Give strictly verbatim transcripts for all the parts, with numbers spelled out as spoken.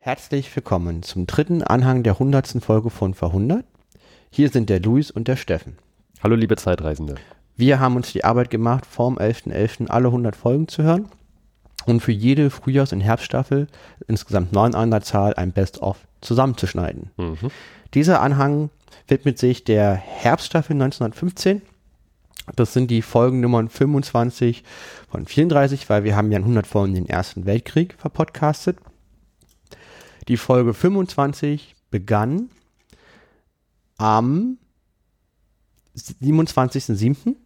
Herzlich willkommen zum dritten Anhang der hundertsten Folge von Verhundert. Hier sind der Luis und der Steffen. Hallo liebe Zeitreisende. Wir haben uns die Arbeit gemacht, vorm elften elften alle hundert Folgen zu hören und für jede Frühjahrs- und Herbststaffel, insgesamt neun an der Zahl, ein Best-of zusammenzuschneiden. Mhm. Dieser Anhang widmet sich der Herbststaffel neunzehnhundertfünfzehn. Das sind die Folgennummern fünfundzwanzig von vierunddreißig, weil wir haben ja in hundert Folgen den Ersten Weltkrieg verpodcastet. Die Folge fünfundzwanzig begann am siebenundzwanzigsten siebten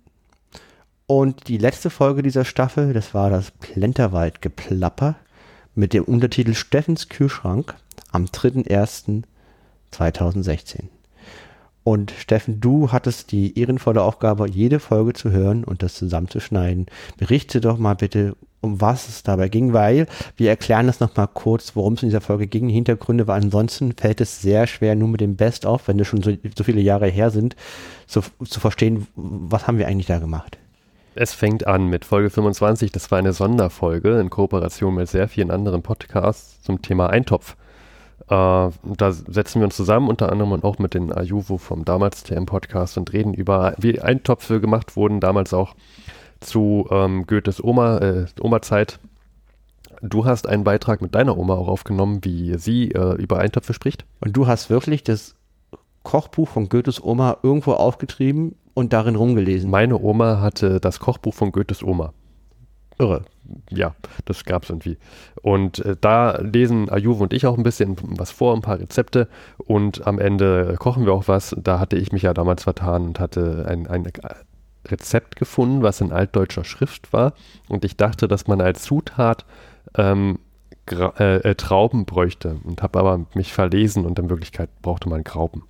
und die letzte Folge dieser Staffel, das war das Plenterwald-Geplapper mit dem Untertitel Steffens Kühlschrank am dritten ersten zweitausendsechzehn. Und Steffen, du hattest die ehrenvolle Aufgabe, jede Folge zu hören und das zusammenzuschneiden. Berichte doch mal bitte, um was es dabei ging, weil wir erklären das nochmal kurz, worum es in dieser Folge ging, Hintergründe, weil ansonsten fällt es sehr schwer, nur mit dem Best-of, wenn das schon so, so viele Jahre her sind, zu, zu verstehen, was haben wir eigentlich da gemacht. Es fängt an mit Folge fünfundzwanzig, das war eine Sonderfolge in Kooperation mit sehr vielen anderen Podcasts zum Thema Eintopf. Äh, da setzen wir uns zusammen, unter anderem und auch mit den Ajuvo vom damals T M-Podcast und reden über, wie Eintöpfe gemacht wurden, damals auch zu ähm, Goethes Oma, äh, Oma-Zeit. Du hast einen Beitrag mit deiner Oma auch aufgenommen, wie sie äh, über Eintöpfe spricht. Und du hast wirklich das Kochbuch von Goethes Oma irgendwo aufgetrieben und darin rumgelesen. Meine Oma hatte das Kochbuch von Goethes Oma. Irre. Ja, das gab es irgendwie. Und äh, da lesen Ajuvo und ich auch ein bisschen was vor, ein paar Rezepte und am Ende kochen wir auch was. Da hatte ich mich ja damals vertan und hatte ein, ein Rezept gefunden, was in altdeutscher Schrift war. Und ich dachte, dass man als Zutat ähm, Gra- äh, äh, Trauben bräuchte und habe aber mich verlesen und in Wirklichkeit brauchte man Graupen.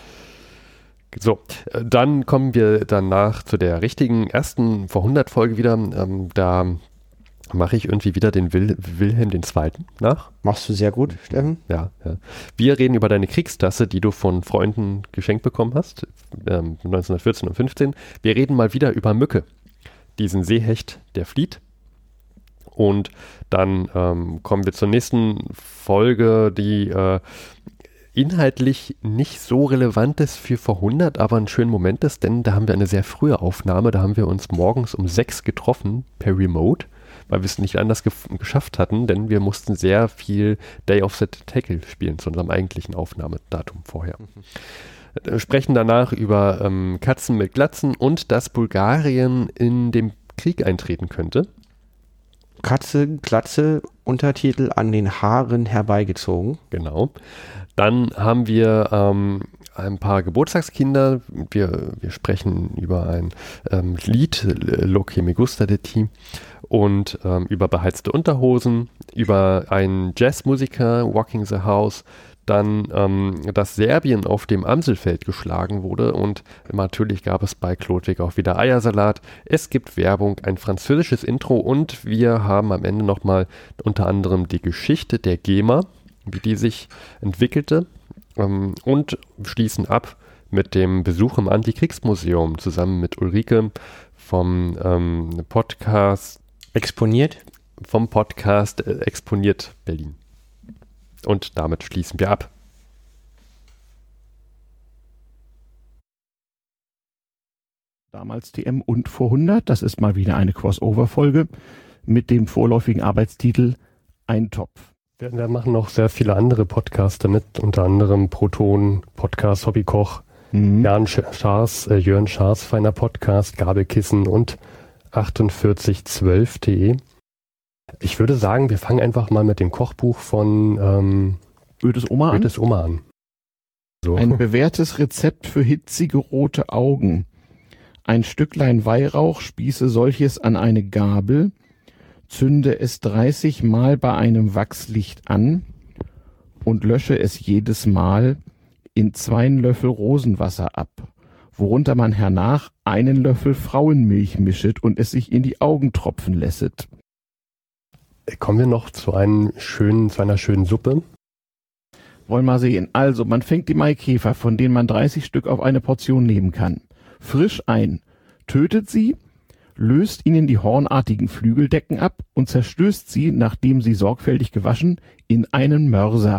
So, dann kommen wir danach zu der richtigen ersten Verhundert-Folge wieder. Ähm, da mache ich irgendwie wieder den Wil- Wilhelm den Zweiten nach. Machst du sehr gut, Steffen. Ja, ja. Wir reden über deine Kriegstasse, die du von Freunden geschenkt bekommen hast, ähm, neunzehnhundertvierzehn und fünfzehn. Wir reden mal wieder über Mücke, diesen Seehecht, der flieht. Und dann ähm, kommen wir zur nächsten Folge, die äh, inhaltlich nicht so relevant ist für Verhundert, aber ein schöner Moment ist, denn da haben wir eine sehr frühe Aufnahme, da haben wir uns morgens um sechs getroffen per Remote, weil wir es nicht anders ge- geschafft hatten, denn wir mussten sehr viel Day of the Tackle spielen zu unserem eigentlichen Aufnahmedatum vorher. Mhm. Wir sprechen danach über ähm, Katzen mit Glatzen und dass Bulgarien in den Krieg eintreten könnte. Katze, Glatze, Untertitel an den Haaren herbeigezogen. Genau. Dann haben wir ähm, ein paar Geburtstagskinder. Wir, wir sprechen über ein ähm, Lied, Lo que me gusta de ti, und ähm, über beheizte Unterhosen, über einen Jazzmusiker, Walking the House, dann, ähm, dass Serbien auf dem Amselfeld geschlagen wurde und natürlich gab es bei Klodwig auch wieder Eiersalat. Es gibt Werbung, ein französisches Intro und wir haben am Ende nochmal unter anderem die Geschichte der GEMA, wie die sich entwickelte, ähm, und schließen ab mit dem Besuch im Antikriegsmuseum zusammen mit Ulrike vom ähm, Podcast Exponiert? Vom Podcast äh, Exponiert Berlin. Und damit schließen wir ab. Damals T M und Vorhundert, das ist mal wieder eine Crossover-Folge mit dem vorläufigen Arbeitstitel Eintopf. Wir, wir machen noch sehr viele andere Podcasts damit, unter anderem Proton, Podcast Hobbykoch, mhm. Jan Schaas, äh, Jörn Schaas, feiner Podcast, Gabelkissen und achtundvierzig zwölf punkt de. Ich würde sagen, wir fangen einfach mal mit dem Kochbuch von ähm, Goethes Oma an. Goethes Oma an. So. Ein bewährtes Rezept für hitzige rote Augen. Ein Stücklein Weihrauch, spieße solches an eine Gabel, zünde es dreißig Mal bei einem Wachslicht an und lösche es jedes Mal in zwei Löffel Rosenwasser ab, worunter man hernach einen Löffel Frauenmilch mischet und es sich in die Augen tropfen lässet. Kommen wir noch zu, einem schönen, zu einer schönen Suppe. Wollen wir sehen. Also, man fängt die Maikäfer, von denen man dreißig Stück auf eine Portion nehmen kann, frisch ein, tötet sie, löst ihnen die hornartigen Flügeldecken ab und zerstößt sie, nachdem sie sorgfältig gewaschen, in einen Mörser.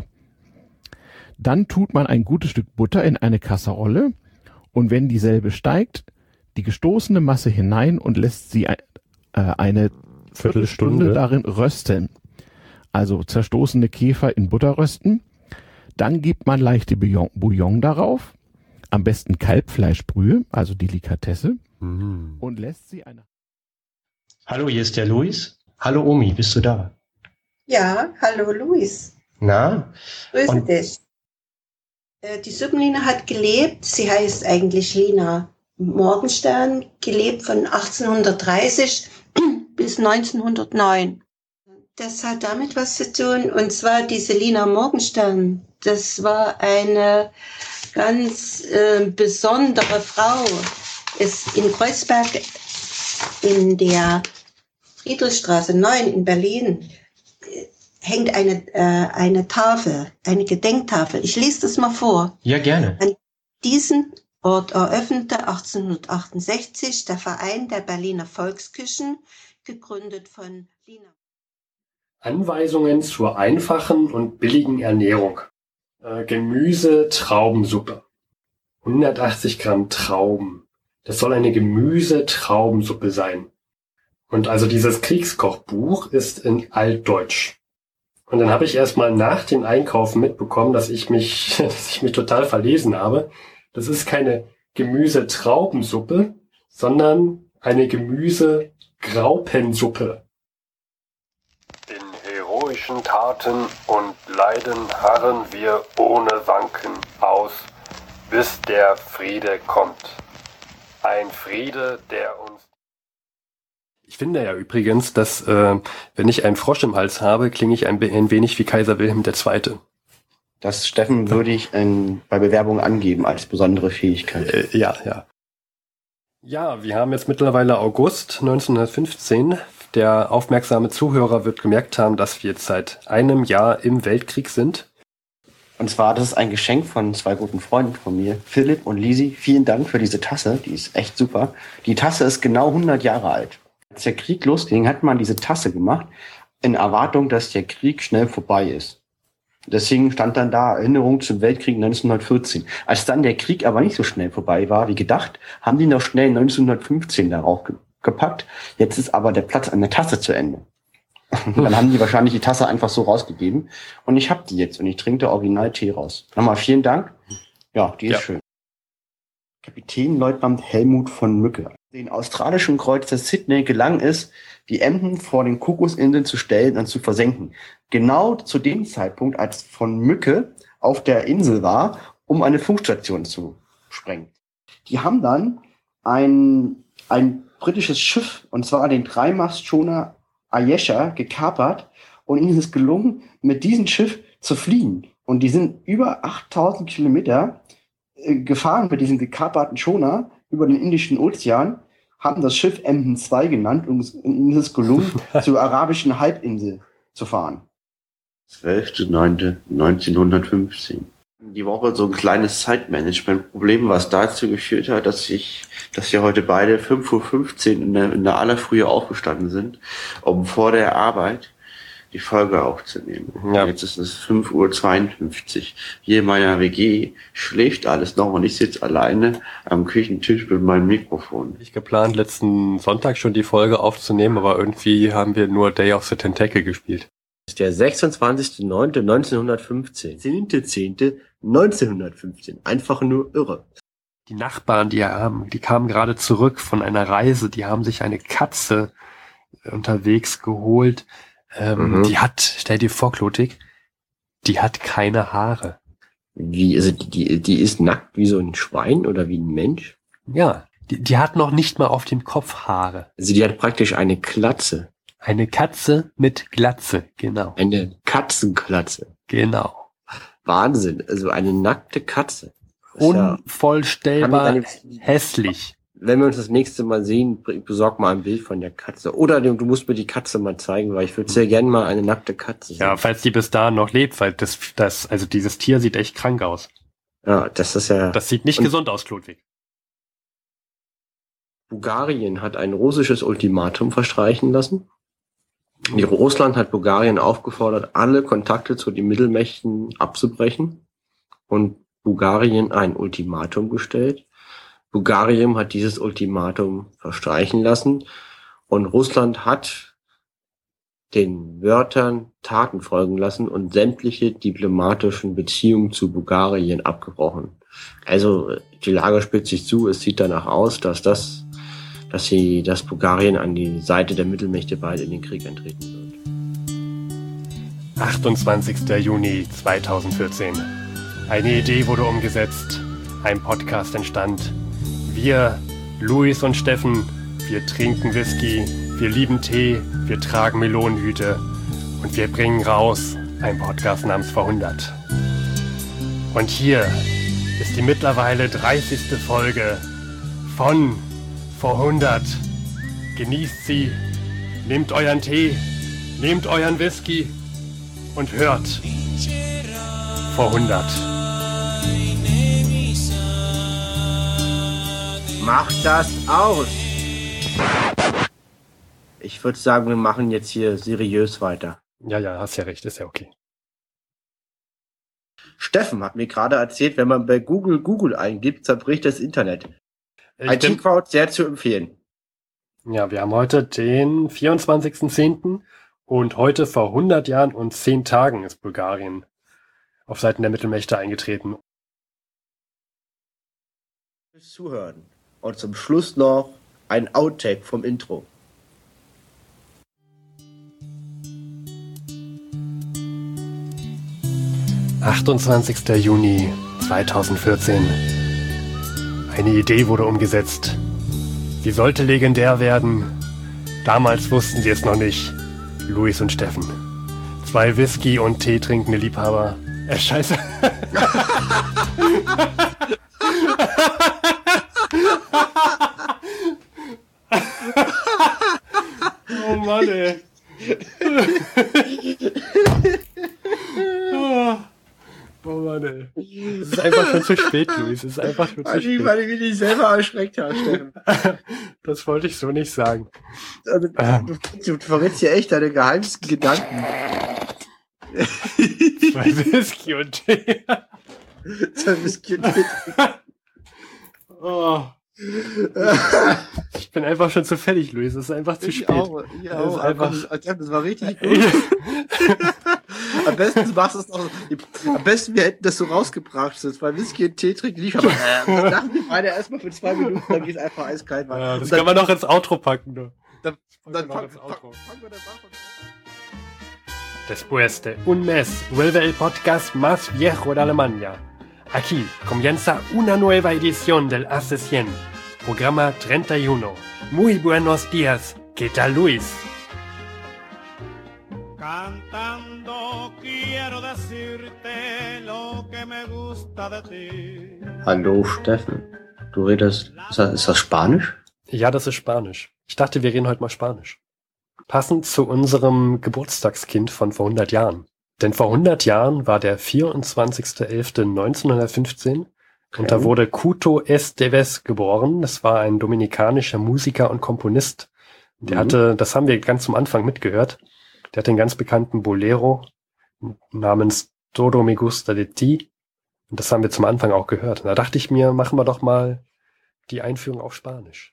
Dann tut man ein gutes Stück Butter in eine Kasserolle und wenn dieselbe steigt, die gestoßene Masse hinein und lässt sie äh, eine Viertelstunde darin rösten. Also zerstoßene Käfer in Butter rösten. Dann gibt man leichte Bouillon, Bouillon darauf, am besten Kalbfleischbrühe, also Delikatesse, mm. und lässt sie eine... Hallo, hier ist der Luis. Hallo Omi, bist du da? Ja, hallo Luis. Na? Grüße Und dich. Äh, die Suppenlina hat gelebt, sie heißt eigentlich Lina Morgenstern, gelebt von achtzehnhundertdreißig bis neunzehnhundertneun. Das hat damit was zu tun, und zwar diese Lina Morgenstern, das war eine ganz äh, besondere Frau. Ist in Kreuzberg in der Friedrichstraße neun in Berlin äh, hängt eine, äh, eine Tafel, eine Gedenktafel. Ich lese das mal vor. Ja, gerne. An diesen Ort eröffnete achtzehnhundertachtundsechzig der Verein der Berliner Volksküchen, gegründet von Lina. Anweisungen zur einfachen und billigen Ernährung. Äh, Gemüse, Traubensuppe. hundertachtzig Gramm Trauben. Das soll eine Gemüse-Traubensuppe sein. Und also dieses Kriegskochbuch ist in Altdeutsch. Und dann habe ich erstmal nach dem Einkaufen mitbekommen, dass ich mich, dass ich mich total verlesen habe. Das ist keine Gemüse-Traubensuppe, sondern eine Gemüse-Graupensuppe. In heroischen Taten und Leiden harren wir ohne Wanken aus, bis der Friede kommt. Ein Friede, der uns... Ich finde ja übrigens, dass, äh, wenn ich einen Frosch im Hals habe, klinge ich ein, ein wenig wie Kaiser Wilhelm der Zweite. Das, Steffen, würde ich ähm, bei Bewerbung angeben als besondere Fähigkeit. Äh, ja, ja. Ja, wir haben jetzt mittlerweile August neunzehnhundertfünfzehn. Der aufmerksame Zuhörer wird gemerkt haben, dass wir jetzt seit einem Jahr im Weltkrieg sind. Und zwar, das ist ein Geschenk von zwei guten Freunden von mir, Philipp und Lisi. Vielen Dank für diese Tasse, die ist echt super. Die Tasse ist genau hundert Jahre alt. Als der Krieg losging, hat man diese Tasse gemacht, in Erwartung, dass der Krieg schnell vorbei ist. Deswegen stand dann da Erinnerung zum Weltkrieg neunzehnhundertvierzehn. Als dann der Krieg aber nicht so schnell vorbei war wie gedacht, haben die noch schnell neunzehnhundertfünfzehn darauf ge- gepackt. Jetzt ist aber der Platz an der Tasse zu Ende. Dann haben die wahrscheinlich die Tasse einfach so rausgegeben. Und ich hab die jetzt und ich trinke der Original-Tee raus. Nochmal vielen Dank. Ja, die ist ja schön. Kapitänleutnant Helmut von Mücke. Den australischen Kreuzer Sydney gelang es, die Emden vor den Kokosinseln zu stellen und zu versenken. Genau zu dem Zeitpunkt, als von Mücke auf der Insel war, um eine Funkstation zu sprengen. Die haben dann ein, ein britisches Schiff, und zwar den Dreimastschoner Ayesha, gekapert, und ihnen ist es gelungen, mit diesem Schiff zu fliehen. Und die sind über achttausend Kilometer äh, gefahren mit diesem gekaperten Schoner über den Indischen Ozean, haben das Schiff Emden zwei genannt, und ihnen ist es gelungen, zur arabischen Halbinsel zu fahren. zwölfter neunter neunzehnhundertfünfzehn. Die Woche so ein kleines Zeitmanagement-Problem, was dazu geführt hat, dass ich, dass wir heute beide fünf Uhr fünfzehn in der, in der aller Frühe aufgestanden sind, um vor der Arbeit die Folge aufzunehmen. Ja. Jetzt ist es fünf Uhr zweiundfünfzig. Hier in meiner W G schläft alles noch und ich sitze alleine am Küchentisch mit meinem Mikrofon. Ich geplant, letzten Sonntag schon die Folge aufzunehmen, aber irgendwie haben wir nur Day of the Tentacle gespielt. Das ist der sechsundzwanzigster neunter neunzehnhundertfünfzehn. zehnter zehnter neunzehnhundertfünfzehn. Einfach nur irre. Die Nachbarn, die haben, die kamen gerade zurück von einer Reise, die haben sich eine Katze unterwegs geholt. Ähm, mhm. Die hat, stell dir vor, Klotik, die hat keine Haare. Wie, also die, die ist nackt wie so ein Schwein oder wie ein Mensch? Ja, die, die hat noch nicht mal auf dem Kopf Haare. Also die hat praktisch eine Klatze. Eine Katze mit Glatze, genau. Eine Katzenklatze. Genau. Wahnsinn, also eine nackte Katze. Unvorstellbar ja, hässlich. Wenn wir uns das nächste Mal sehen, besorg mal ein Bild von der Katze. Oder du musst mir die Katze mal zeigen, weil ich würde sehr gerne mal eine nackte Katze sehen. Ja, falls die bis dahin noch lebt, weil das, das, also dieses Tier sieht echt krank aus. Ja, das ist ja... Das sieht nicht gesund aus, Ludwig. Bulgarien hat ein russisches Ultimatum verstreichen lassen. Die Russland hat Bulgarien aufgefordert, alle Kontakte zu den Mittelmächten abzubrechen und Bulgarien ein Ultimatum gestellt. Bulgarien hat dieses Ultimatum verstreichen lassen und Russland hat den Wörtern Taten folgen lassen und sämtliche diplomatischen Beziehungen zu Bulgarien abgebrochen. Also die Lage spitzt sich zu, es sieht danach aus, dass das dass sie, dass Bulgarien an die Seite der Mittelmächte bald in den Krieg eintreten wird. achtundzwanzigster Juni zweitausendvierzehn. Eine Idee wurde umgesetzt, ein Podcast entstand. Wir, Luis und Steffen, wir trinken Whisky, wir lieben Tee, wir tragen Melonenhüte und wir bringen raus ein Podcast namens Vorhundert. Und hier ist die mittlerweile dreißigste Folge von Vorhundert. Genießt sie, nehmt euren Tee, nehmt euren Whisky und hört Vorhundert. Macht das aus! Ich würde sagen, wir machen jetzt hier seriös weiter. Ja, ja, hast ja recht, ist ja okay. Steffen hat mir gerade erzählt, wenn man bei Google Google eingibt, zerbricht das Internet. I T Crowd sehr zu empfehlen. Ja, wir haben heute den vierundzwanzigsten zehnten und heute vor hundert Jahren und zehn Tagen ist Bulgarien auf Seiten der Mittelmächte eingetreten. Fürs Zuhören. Und zum Schluss noch ein Outtake vom Intro. achtundzwanzigster Juni zweitausendvierzehn. Eine Idee wurde umgesetzt. Sie sollte legendär werden. Damals wussten sie es noch nicht. Luis und Steffen. Zwei Whisky- und Tee trinkende Liebhaber. Äh, scheiße. Oh Mann, ey. Oh. Oh Mann, ey. Es ist einfach schon zu spät, Luis. Es ist einfach schon zu spät. Weil ich mich selber erschreckt habe, Steffen. Das wollte ich so nicht sagen. Also, Ah. du, du verrätst hier echt deine geheimsten Gedanken. Zwei Whisky und Tee. Zwei Whisky und Tee. Oh. Ich bin einfach schon zu fertig, Luis. Es ist einfach zu Ich spät. auch, ich Es auch. ist einfach... Das war richtig gut. Am besten du machst es noch. Am besten wir hätten das so rausgebracht, so zwei Whisky und Tee trinken, nicht, aber äh, dann lachen die beide erstmal für zwei Minuten, dann geht's einfach eiskalt weiter. Ja, das dann, kann man noch ins Outro packen, du. Dann, dann noch fang, ins fang, Outro. fangen wir das an. Después de un mes, vuelve el podcast más viejo de Alemania. Aquí comienza una nueva edición del Hace cien, programa treinta y uno. Muy buenos días, ¿qué tal, Luis? Cantando quiero decirte lo que me gusta de ti. Hallo Steffen, du redest, ist das, ist das Spanisch? Ja, das ist Spanisch. Ich dachte, wir reden heute mal Spanisch. Passend zu unserem Geburtstagskind von vor hundert Jahren. Denn vor hundert Jahren war der vierundzwanzigster elfter neunzehnhundertfünfzehn Okay. und da wurde Couto Esteves geboren. Das war ein dominikanischer Musiker und Komponist. Der Mhm. hatte, das haben wir ganz zum Anfang mitgehört, der hat den ganz bekannten Bolero namens Todo me gusta de ti. Und das haben wir zum Anfang auch gehört. Und da dachte ich mir, machen wir doch mal die Einführung auf Spanisch.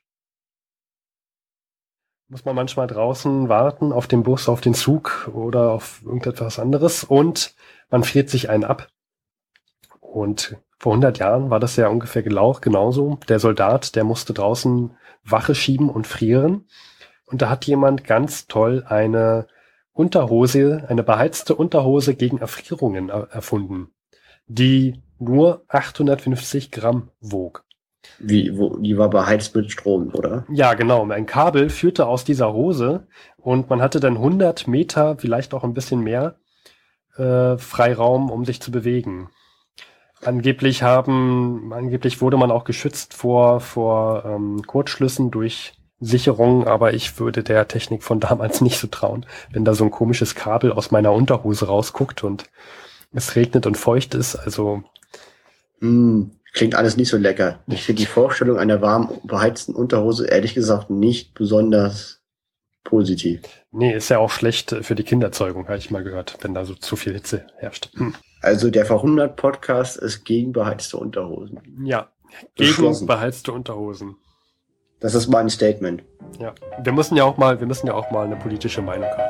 Muss man manchmal draußen warten auf den Bus, auf den Zug oder auf irgendetwas anderes und man friert sich einen ab. Und vor hundert Jahren war das ja ungefähr gelauch, genauso. Der Soldat, der musste draußen Wache schieben und frieren. Und da hat jemand ganz toll eine Unterhose, eine beheizte Unterhose gegen Erfrierungen er- erfunden, die nur achthundertfünfzig Gramm wog. Wie, wo, die war beheizt mit Strom, oder? Ja, genau. Ein Kabel führte aus dieser Hose und man hatte dann hundert Meter, vielleicht auch ein bisschen mehr, äh, Freiraum, um sich zu bewegen. Angeblich haben, angeblich wurde man auch geschützt vor, vor ähm, Kurzschlüssen durch Sicherung, aber ich würde der Technik von damals nicht so trauen, wenn da so ein komisches Kabel aus meiner Unterhose rausguckt und es regnet und feucht ist. Also Hm. Klingt alles nicht so lecker. Ich finde die Vorstellung einer warmen, beheizten Unterhose ehrlich gesagt nicht besonders positiv. Nee, ist ja auch schlecht für die Kinderzeugung, habe ich mal gehört, wenn da so zu viel Hitze herrscht. Hm. Also der Verhundert-Podcast ist gegen beheizte Unterhosen. Ja, gegen Beschlossen. beheizte Unterhosen. Das ist mein Statement. Ja, wir müssen ja auch mal, wir müssen ja auch mal eine politische Meinung haben.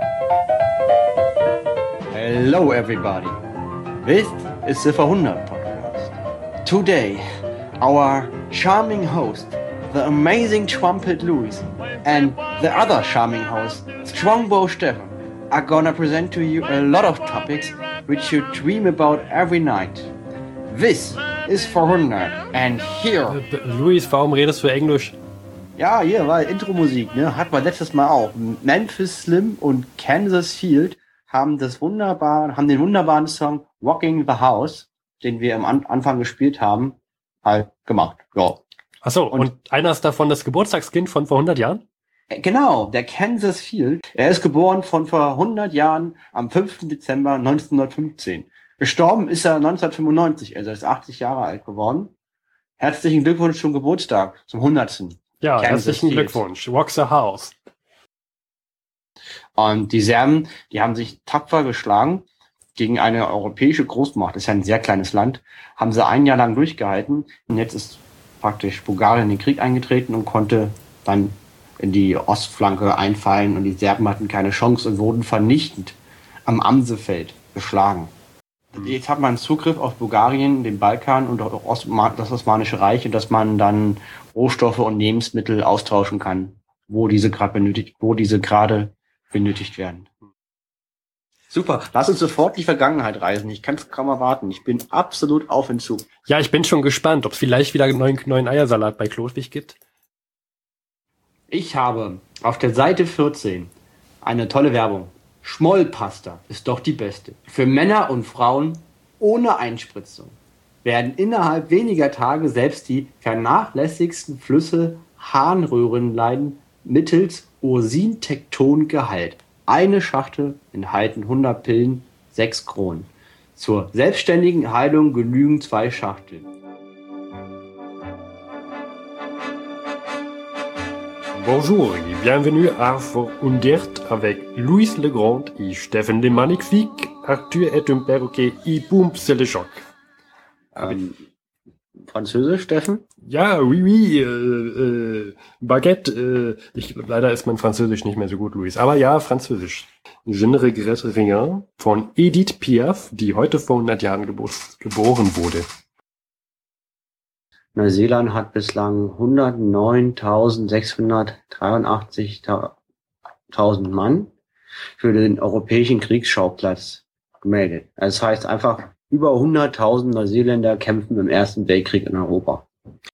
Hello everybody. This is the Verhundert Podcast. Today, our charming host, the amazing Trumpet Louis, and the other charming host, Strongbow Stefan, are gonna present to you a lot of topics which you dream about every night. This is Verhundert, and here... Louis, warum redest du Englisch? Ja, hier war Intro-Musik, ne? Hat man letztes Mal auch. Memphis Slim und Kansas Field haben das wunderbar, haben den wunderbaren Song Rocking the House, den wir am An- Anfang gespielt haben, halt gemacht. Ja. Achso, und, und einer ist davon das Geburtstagskind von vor hundert Jahren? Genau, der Kansas Field. Er ist geboren von vor hundert Jahren am fünften Dezember neunzehnhundertfünfzehn. Gestorben ist er neunzehnhundertfünfundneunzig, also er ist achtzig Jahre alt geworden. Herzlichen Glückwunsch zum Geburtstag, zum hundertsten. Ja, Kansas herzlichen Field. Glückwunsch. Rock the House. Und die Serben, die haben sich tapfer geschlagen gegen eine europäische Großmacht. Das ist ja ein sehr kleines Land. Haben sie ein Jahr lang durchgehalten. Und jetzt ist praktisch Bulgarien in den Krieg eingetreten und konnte dann in die Ostflanke einfallen. Und die Serben hatten keine Chance und wurden vernichtend am Amsefeld geschlagen. Mhm. Jetzt hat man Zugriff auf Bulgarien, den Balkan und auch das Osmanische Reich, und dass man dann Rohstoffe und Lebensmittel austauschen kann, wo diese gerade benötigt, wo diese gerade benötigt werden. Super, lass uns sofort in die Vergangenheit reisen. Ich kann es kaum erwarten. Ich bin absolut auf Entzug. Ja, ich bin schon gespannt, ob es vielleicht wieder einen neuen, neuen Eiersalat bei Klodwig gibt. Ich habe auf der Seite vierzehn eine tolle Werbung. Schmollpasta ist doch die beste. Für Männer und Frauen ohne Einspritzung werden innerhalb weniger Tage selbst die vernachlässigsten Flüsse Harnröhrenleiden mittels Ursintekton geheilt. Eine Schachtel enthalten hundert Pillen, sechs Kronen. Zur selbstständigen Heilung genügen zwei Schachteln. Bonjour et bienvenue à Verhundert avec Louis Legrand et Stephen le Magnifique. Arthur est un perroquet et boum, c'est le choc. Ähm, Französisch, Steffen? Ja, oui, oui, äh, äh, Baguette, äh, ich, leider ist mein Französisch nicht mehr so gut, Luis. Aber ja, Französisch. Je ne regrette rien von Edith Piaf, die heute vor hundert Jahren gebo- geboren wurde. Neuseeland hat bislang hundertneuntausendsechshundertdreiundachtzig Mann für den europäischen Kriegsschauplatz gemeldet. Das heißt einfach, über hunderttausend Neuseeländer kämpfen im Ersten Weltkrieg in Europa.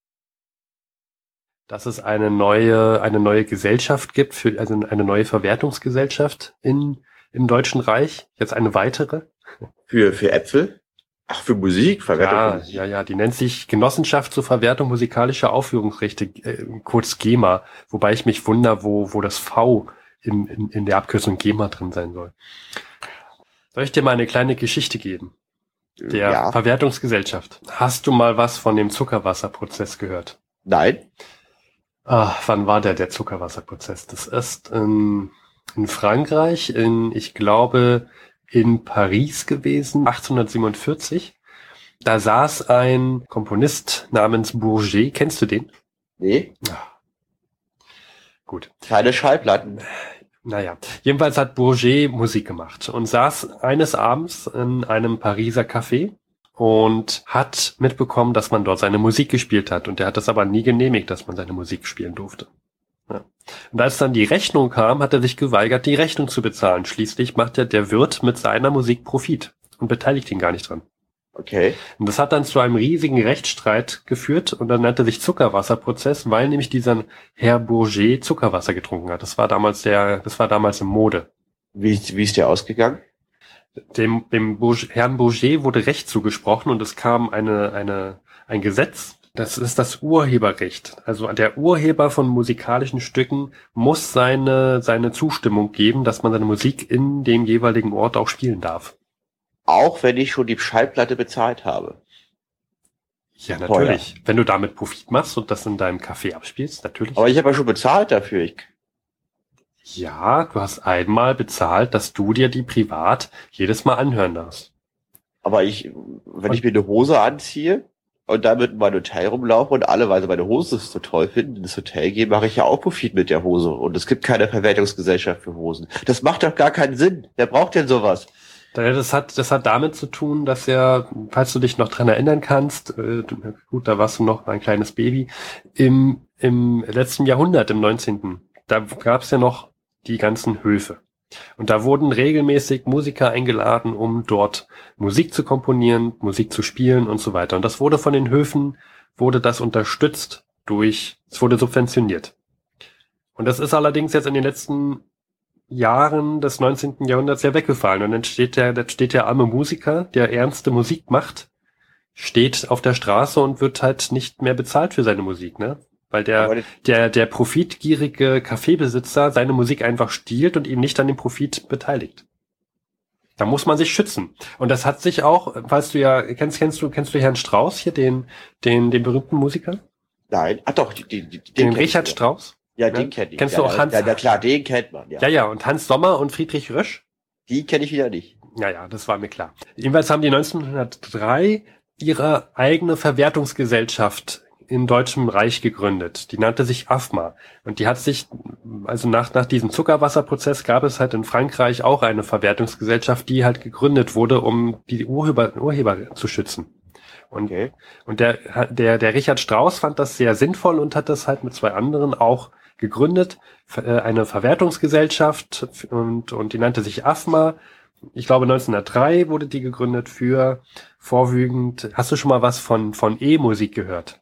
Dass es eine neue, eine neue Gesellschaft gibt, für, also eine neue Verwertungsgesellschaft in, im Deutschen Reich. Jetzt eine weitere. Für, für Äpfel? Ach, für Musik? Verwertung Ja, für Musik. ja, ja, die nennt sich Genossenschaft zur Verwertung musikalischer Aufführungsrechte, äh, kurz GEMA. Wobei ich mich wundere, wo, wo das V in, in, in der Abkürzung GEMA drin sein soll. Soll ich dir mal eine kleine Geschichte geben? Der Ja. Verwertungsgesellschaft. Hast du mal was von dem Zuckerwasserprozess gehört? Nein. Ah, wann war der, der Zuckerwasserprozess? Das ist in, in Frankreich, in, ich glaube, in Paris gewesen, achtzehnhundertsiebenundvierzig. Da saß ein Komponist namens Bourget. Kennst du den? Nee. Ah, gut. Keine Schallplatten. Naja, jedenfalls hat Bourget Musik gemacht und saß eines Abends in einem Pariser Café und hat mitbekommen, dass man dort seine Musik gespielt hat. Und er hat das aber nie genehmigt, dass man seine Musik spielen durfte. Ja. Und als dann die Rechnung kam, hat er sich geweigert, die Rechnung zu bezahlen. Schließlich macht ja der Wirt mit seiner Musik Profit und beteiligt ihn gar nicht dran. Okay. Und das hat dann zu einem riesigen Rechtsstreit geführt und dann nannte sich Zuckerwasserprozess, weil nämlich dieser Herr Bourget Zuckerwasser getrunken hat. Das war damals der, das war damals in Mode. Wie, wie ist der ausgegangen? Dem, dem Bourget, Herrn Bourget wurde Recht zugesprochen und es kam eine, eine, ein Gesetz. Das ist das Urheberrecht. Also der Urheber von musikalischen Stücken muss seine, seine Zustimmung geben, dass man seine Musik in dem jeweiligen Ort auch spielen darf. Auch wenn ich schon die Schallplatte bezahlt habe. Ja, natürlich. Teuer. Wenn du damit Profit machst und das in deinem Café abspielst, natürlich. Aber ich habe ja schon bezahlt dafür. Ich ja, du hast einmal bezahlt, dass du dir die privat jedes Mal anhören darfst. Aber ich, wenn und ich mir eine Hose anziehe und damit in mein Hotel rumlaufe und alle, weil sie meine Hose so toll finden, ins Hotel gehen, mache ich ja auch Profit mit der Hose. Und es gibt keine Verwertungsgesellschaft für Hosen. Das macht doch gar keinen Sinn. Wer braucht denn sowas? Das hat, das hat damit zu tun, dass ja, falls du dich noch dran erinnern kannst, äh, gut, da warst du noch ein kleines Baby, im, im letzten Jahrhundert, im neunzehnten da gab es ja noch die ganzen Höfe. Und da wurden regelmäßig Musiker eingeladen, um dort Musik zu komponieren, Musik zu spielen und so weiter. Und das wurde von den Höfen, wurde das unterstützt durch, es wurde subventioniert. Und das ist allerdings jetzt in den letzten Jahren des neunzehnten Jahrhunderts ja weggefallen. Und dann steht der, dann steht der arme Musiker, der ernste Musik macht, steht auf der Straße und wird halt nicht mehr bezahlt für seine Musik, ne? Weil der, der, der profitgierige Kaffeebesitzer seine Musik einfach stiehlt und ihn nicht an dem Profit beteiligt. Da muss man sich schützen. Und das hat sich auch, falls du ja, kennst, kennst du, kennst du Herrn Strauß hier, den, den, den berühmten Musiker? Nein, ach doch, die, die, die, den, den Richard ich, Strauß? Ja, den ja? kennt ich. Kennst ja, du auch Hans? Ja, ja, klar, den kennt man, ja. Ja, ja, und Hans Sommer und Friedrich Rösch? Die kenne ich wieder nicht. Ja, ja, das war mir klar. Jedenfalls haben die neunzehnhundertdrei ihre eigene Verwertungsgesellschaft im Deutschen Reich gegründet. Die nannte sich A F M A. Und die hat sich, also nach, nach diesem Zuckerwasserprozess gab es halt in Frankreich auch eine Verwertungsgesellschaft, die halt gegründet wurde, um die Urheber, Urheber zu schützen. Und, okay. und der, der, der Richard Strauß fand das sehr sinnvoll und hat das halt mit zwei anderen auch gegründet. Eine Verwertungsgesellschaft und, und die nannte sich A F M A. Ich glaube neunzehnhundertdrei wurde die gegründet für vorwiegend, hast du schon mal was von, von E-Musik gehört?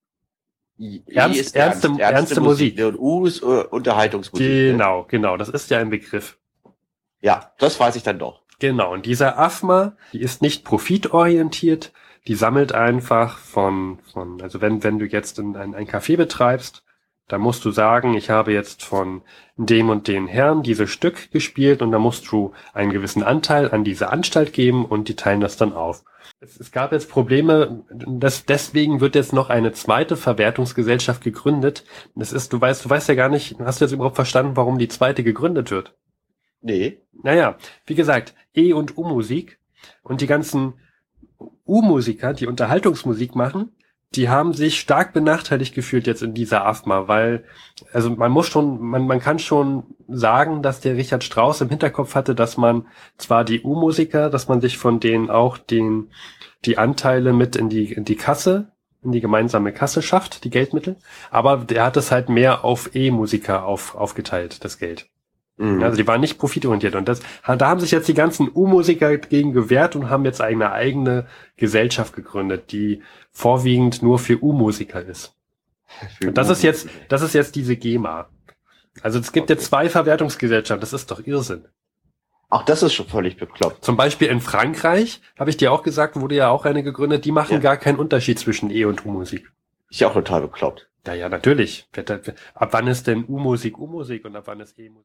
Ernst, ist ernste, ernste, ernste Musik. Musik. Und U ist uh, Unterhaltungsmusik. Genau, ne? genau. Das ist ja ein Begriff. Ja, das weiß ich dann doch. Genau. Und dieser A F M A, die ist nicht profitorientiert. Die sammelt einfach von, von, also wenn, wenn du jetzt ein, ein, ein Café betreibst, da musst du sagen, ich habe jetzt von dem und den Herrn dieses Stück gespielt und da musst du einen gewissen Anteil an diese Anstalt geben und die teilen das dann auf. Es, es gab jetzt Probleme, das, deswegen wird jetzt noch eine zweite Verwertungsgesellschaft gegründet. Das ist, du weißt, du weißt ja gar nicht, hast du jetzt überhaupt verstanden, warum die zweite gegründet wird? Nee. Naja, wie gesagt, E- und U-Musik und die ganzen U-Musiker, die Unterhaltungsmusik machen, die haben sich stark benachteiligt gefühlt jetzt in dieser A F M A, weil, also man muss schon, man, man kann schon sagen, dass der Richard Strauß im Hinterkopf hatte, dass man zwar die U-Musiker, dass man sich von denen auch den, die Anteile mit in die, in die Kasse, in die gemeinsame Kasse schafft, die Geldmittel, aber der hat es halt mehr auf E-Musiker auf, aufgeteilt, das Geld. Mhm. Also die waren nicht profitorientiert und das, da haben sich jetzt die ganzen U-Musiker gegen gewehrt und haben jetzt eine eigene Gesellschaft gegründet, die vorwiegend nur für U-Musiker ist. Und das ist jetzt, das ist jetzt diese GEMA. Also es gibt okay. jetzt zwei Verwertungsgesellschaften, das ist doch Irrsinn. Ach, das ist schon völlig bekloppt. Zum Beispiel in Frankreich, habe ich dir auch gesagt, wurde ja auch eine gegründet, die machen ja. gar keinen Unterschied zwischen E- und U-Musik. Ist ja auch total bekloppt. Ja, ja, natürlich. Ab wann ist denn U-Musik U-Musik und ab wann ist E-Musik?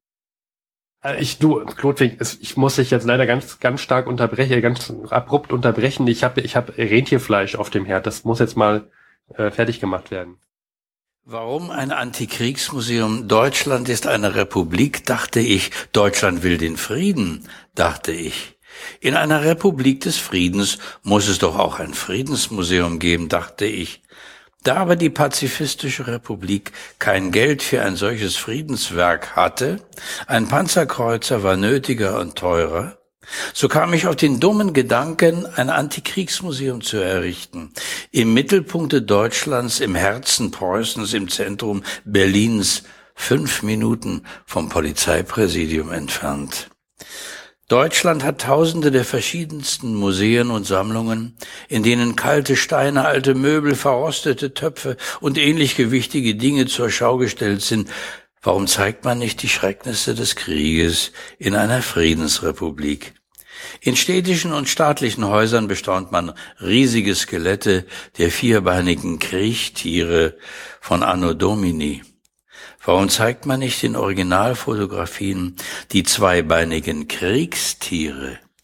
Ich, du, Klodwig, ich muss dich jetzt leider ganz, ganz stark unterbrechen, ganz abrupt unterbrechen. Ich habe, ich habe Rentierfleisch auf dem Herd. Das muss jetzt mal äh, fertig gemacht werden. Warum ein Antikriegsmuseum? Deutschland ist eine Republik, dachte ich. Deutschland will den Frieden, dachte ich. In einer Republik des Friedens muss es doch auch ein Friedensmuseum geben, dachte ich. Da aber die Pazifistische Republik kein Geld für ein solches Friedenswerk hatte, ein Panzerkreuzer war nötiger und teurer, so kam ich auf den dummen Gedanken, ein Antikriegsmuseum zu errichten, im Mittelpunkte Deutschlands, im Herzen Preußens, im Zentrum Berlins, fünf Minuten vom Polizeipräsidium entfernt. Deutschland hat tausende der verschiedensten Museen und Sammlungen, in denen kalte Steine, alte Möbel, verrostete Töpfe und ähnlich gewichtige Dinge zur Schau gestellt sind. Warum zeigt man nicht die Schrecknisse des Krieges in einer Friedensrepublik? In städtischen und staatlichen Häusern bestaunt man riesige Skelette der vierbeinigen Kriechtiere von Anno Domini. Warum zeigt man nicht in Originalfotografien die zweibeinigen Kriegstiere?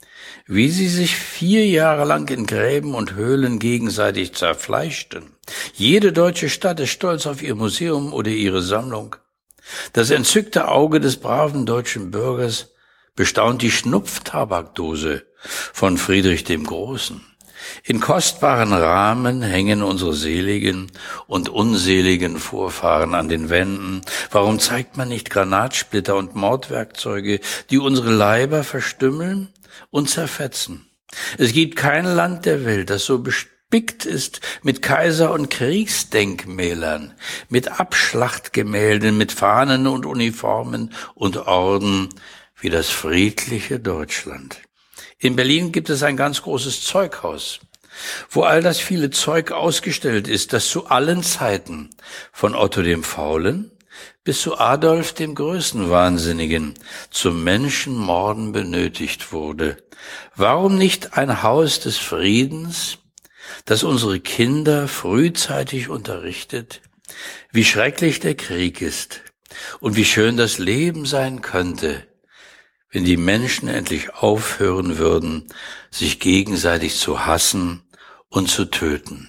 wie sie sich vier Jahre lang in Gräben und Höhlen gegenseitig zerfleischten. Jede deutsche Stadt ist stolz auf ihr Museum oder ihre Sammlung. Das entzückte Auge des braven deutschen Bürgers bestaunt die Schnupftabakdose von Friedrich dem Großen. In kostbaren Rahmen hängen unsere seligen und unseligen Vorfahren an den Wänden. Warum zeigt man nicht Granatsplitter und Mordwerkzeuge, die unsere Leiber verstümmeln und zerfetzen? Es gibt kein Land der Welt, das so bespickt ist mit Kaiser- und Kriegsdenkmälern, mit Abschlachtgemälden, mit Fahnen und Uniformen und Orden wie das friedliche Deutschland. In Berlin gibt es ein ganz großes Zeughaus, wo all das viele Zeug ausgestellt ist, das zu allen Zeiten, von Otto dem Faulen bis zu Adolf dem Größenwahnsinnigen, zum Menschenmorden benötigt wurde. Warum nicht ein Haus des Friedens, das unsere Kinder frühzeitig unterrichtet, wie schrecklich der Krieg ist und wie schön das Leben sein könnte, wenn die Menschen endlich aufhören würden, sich gegenseitig zu hassen und zu töten.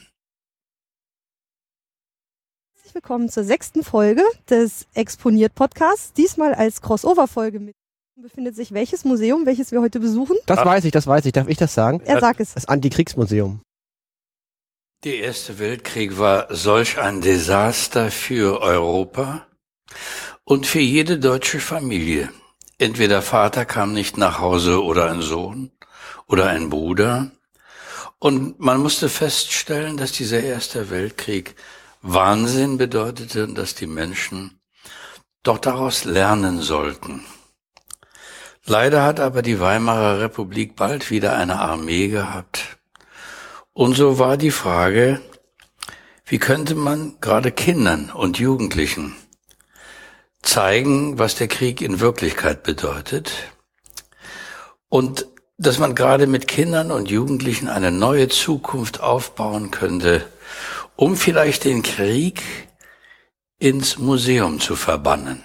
Herzlich willkommen zur sechsten Folge des Exponiert-Podcasts. Diesmal als Crossover-Folge mit befindet sich welches Museum, welches wir heute besuchen? Das weiß ich, das weiß ich. Darf ich das sagen? Er sagt es. Das Antikriegsmuseum. Der Erste Weltkrieg war solch ein Desaster für Europa und für jede deutsche Familie. Entweder Vater kam nicht nach Hause oder ein Sohn oder ein Bruder. Und man musste feststellen, dass dieser Erste Weltkrieg Wahnsinn bedeutete und dass die Menschen doch daraus lernen sollten. Leider hat aber die Weimarer Republik bald wieder eine Armee gehabt. Und so war die Frage, wie könnte man gerade Kindern und Jugendlichen zeigen, was der Krieg in Wirklichkeit bedeutet und dass man gerade mit Kindern und Jugendlichen eine neue Zukunft aufbauen könnte, um vielleicht den Krieg ins Museum zu verbannen.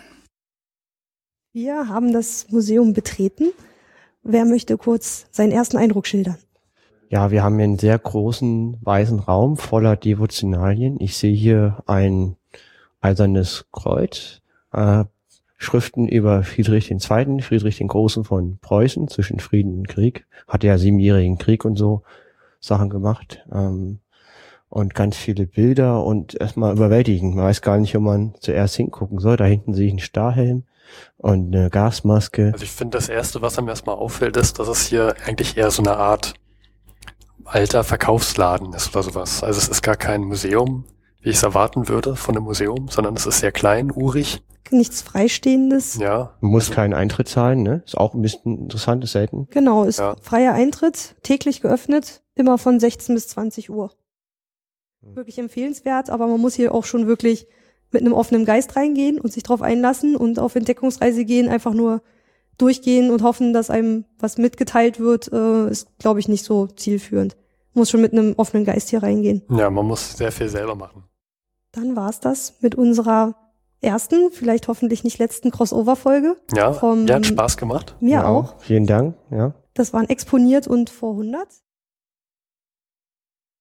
Wir haben das Museum betreten. Wer möchte kurz seinen ersten Eindruck schildern? Ja, wir haben hier einen sehr großen weißen Raum voller Devotionalien. Ich sehe hier ein eisernes Kreuz, Äh, Schriften über Friedrich den Zweiten, Friedrich den Großen von Preußen zwischen Frieden und Krieg. Hat ja siebenjährigen Krieg und so Sachen gemacht. Ähm, und ganz viele Bilder und erstmal überwältigend. Man weiß gar nicht, wo man zuerst hingucken soll. Da hinten sehe ich einen Starrhelm und eine Gasmaske. Also ich finde, das Erste, was einem erstmal auffällt, ist, dass es hier eigentlich eher so eine Art alter Verkaufsladen ist oder sowas. Also es ist gar kein Museum, wie ich es erwarten würde von einem Museum, sondern es ist sehr klein, urig. Nichts Freistehendes. Ja. Man muss keinen Eintritt zahlen, ne? Ist auch ein bisschen interessant, ist selten. Genau, ist Ja. freier Eintritt, täglich geöffnet, immer von sechzehn bis zwanzig Uhr. Wirklich empfehlenswert, aber man muss hier auch schon wirklich mit einem offenen Geist reingehen und sich drauf einlassen und auf Entdeckungsreise gehen, einfach nur durchgehen und hoffen, dass einem was mitgeteilt wird, äh, ist, glaube ich, nicht so zielführend. Man muss schon mit einem offenen Geist hier reingehen. Ja, man muss sehr viel selber machen. Dann war's das mit unserer ersten, vielleicht hoffentlich nicht letzten Crossover-Folge. Ja, vom, ja, hat Spaß gemacht. Mir Ja, auch. Vielen Dank, ja. Das waren Exponiert und vor hundert.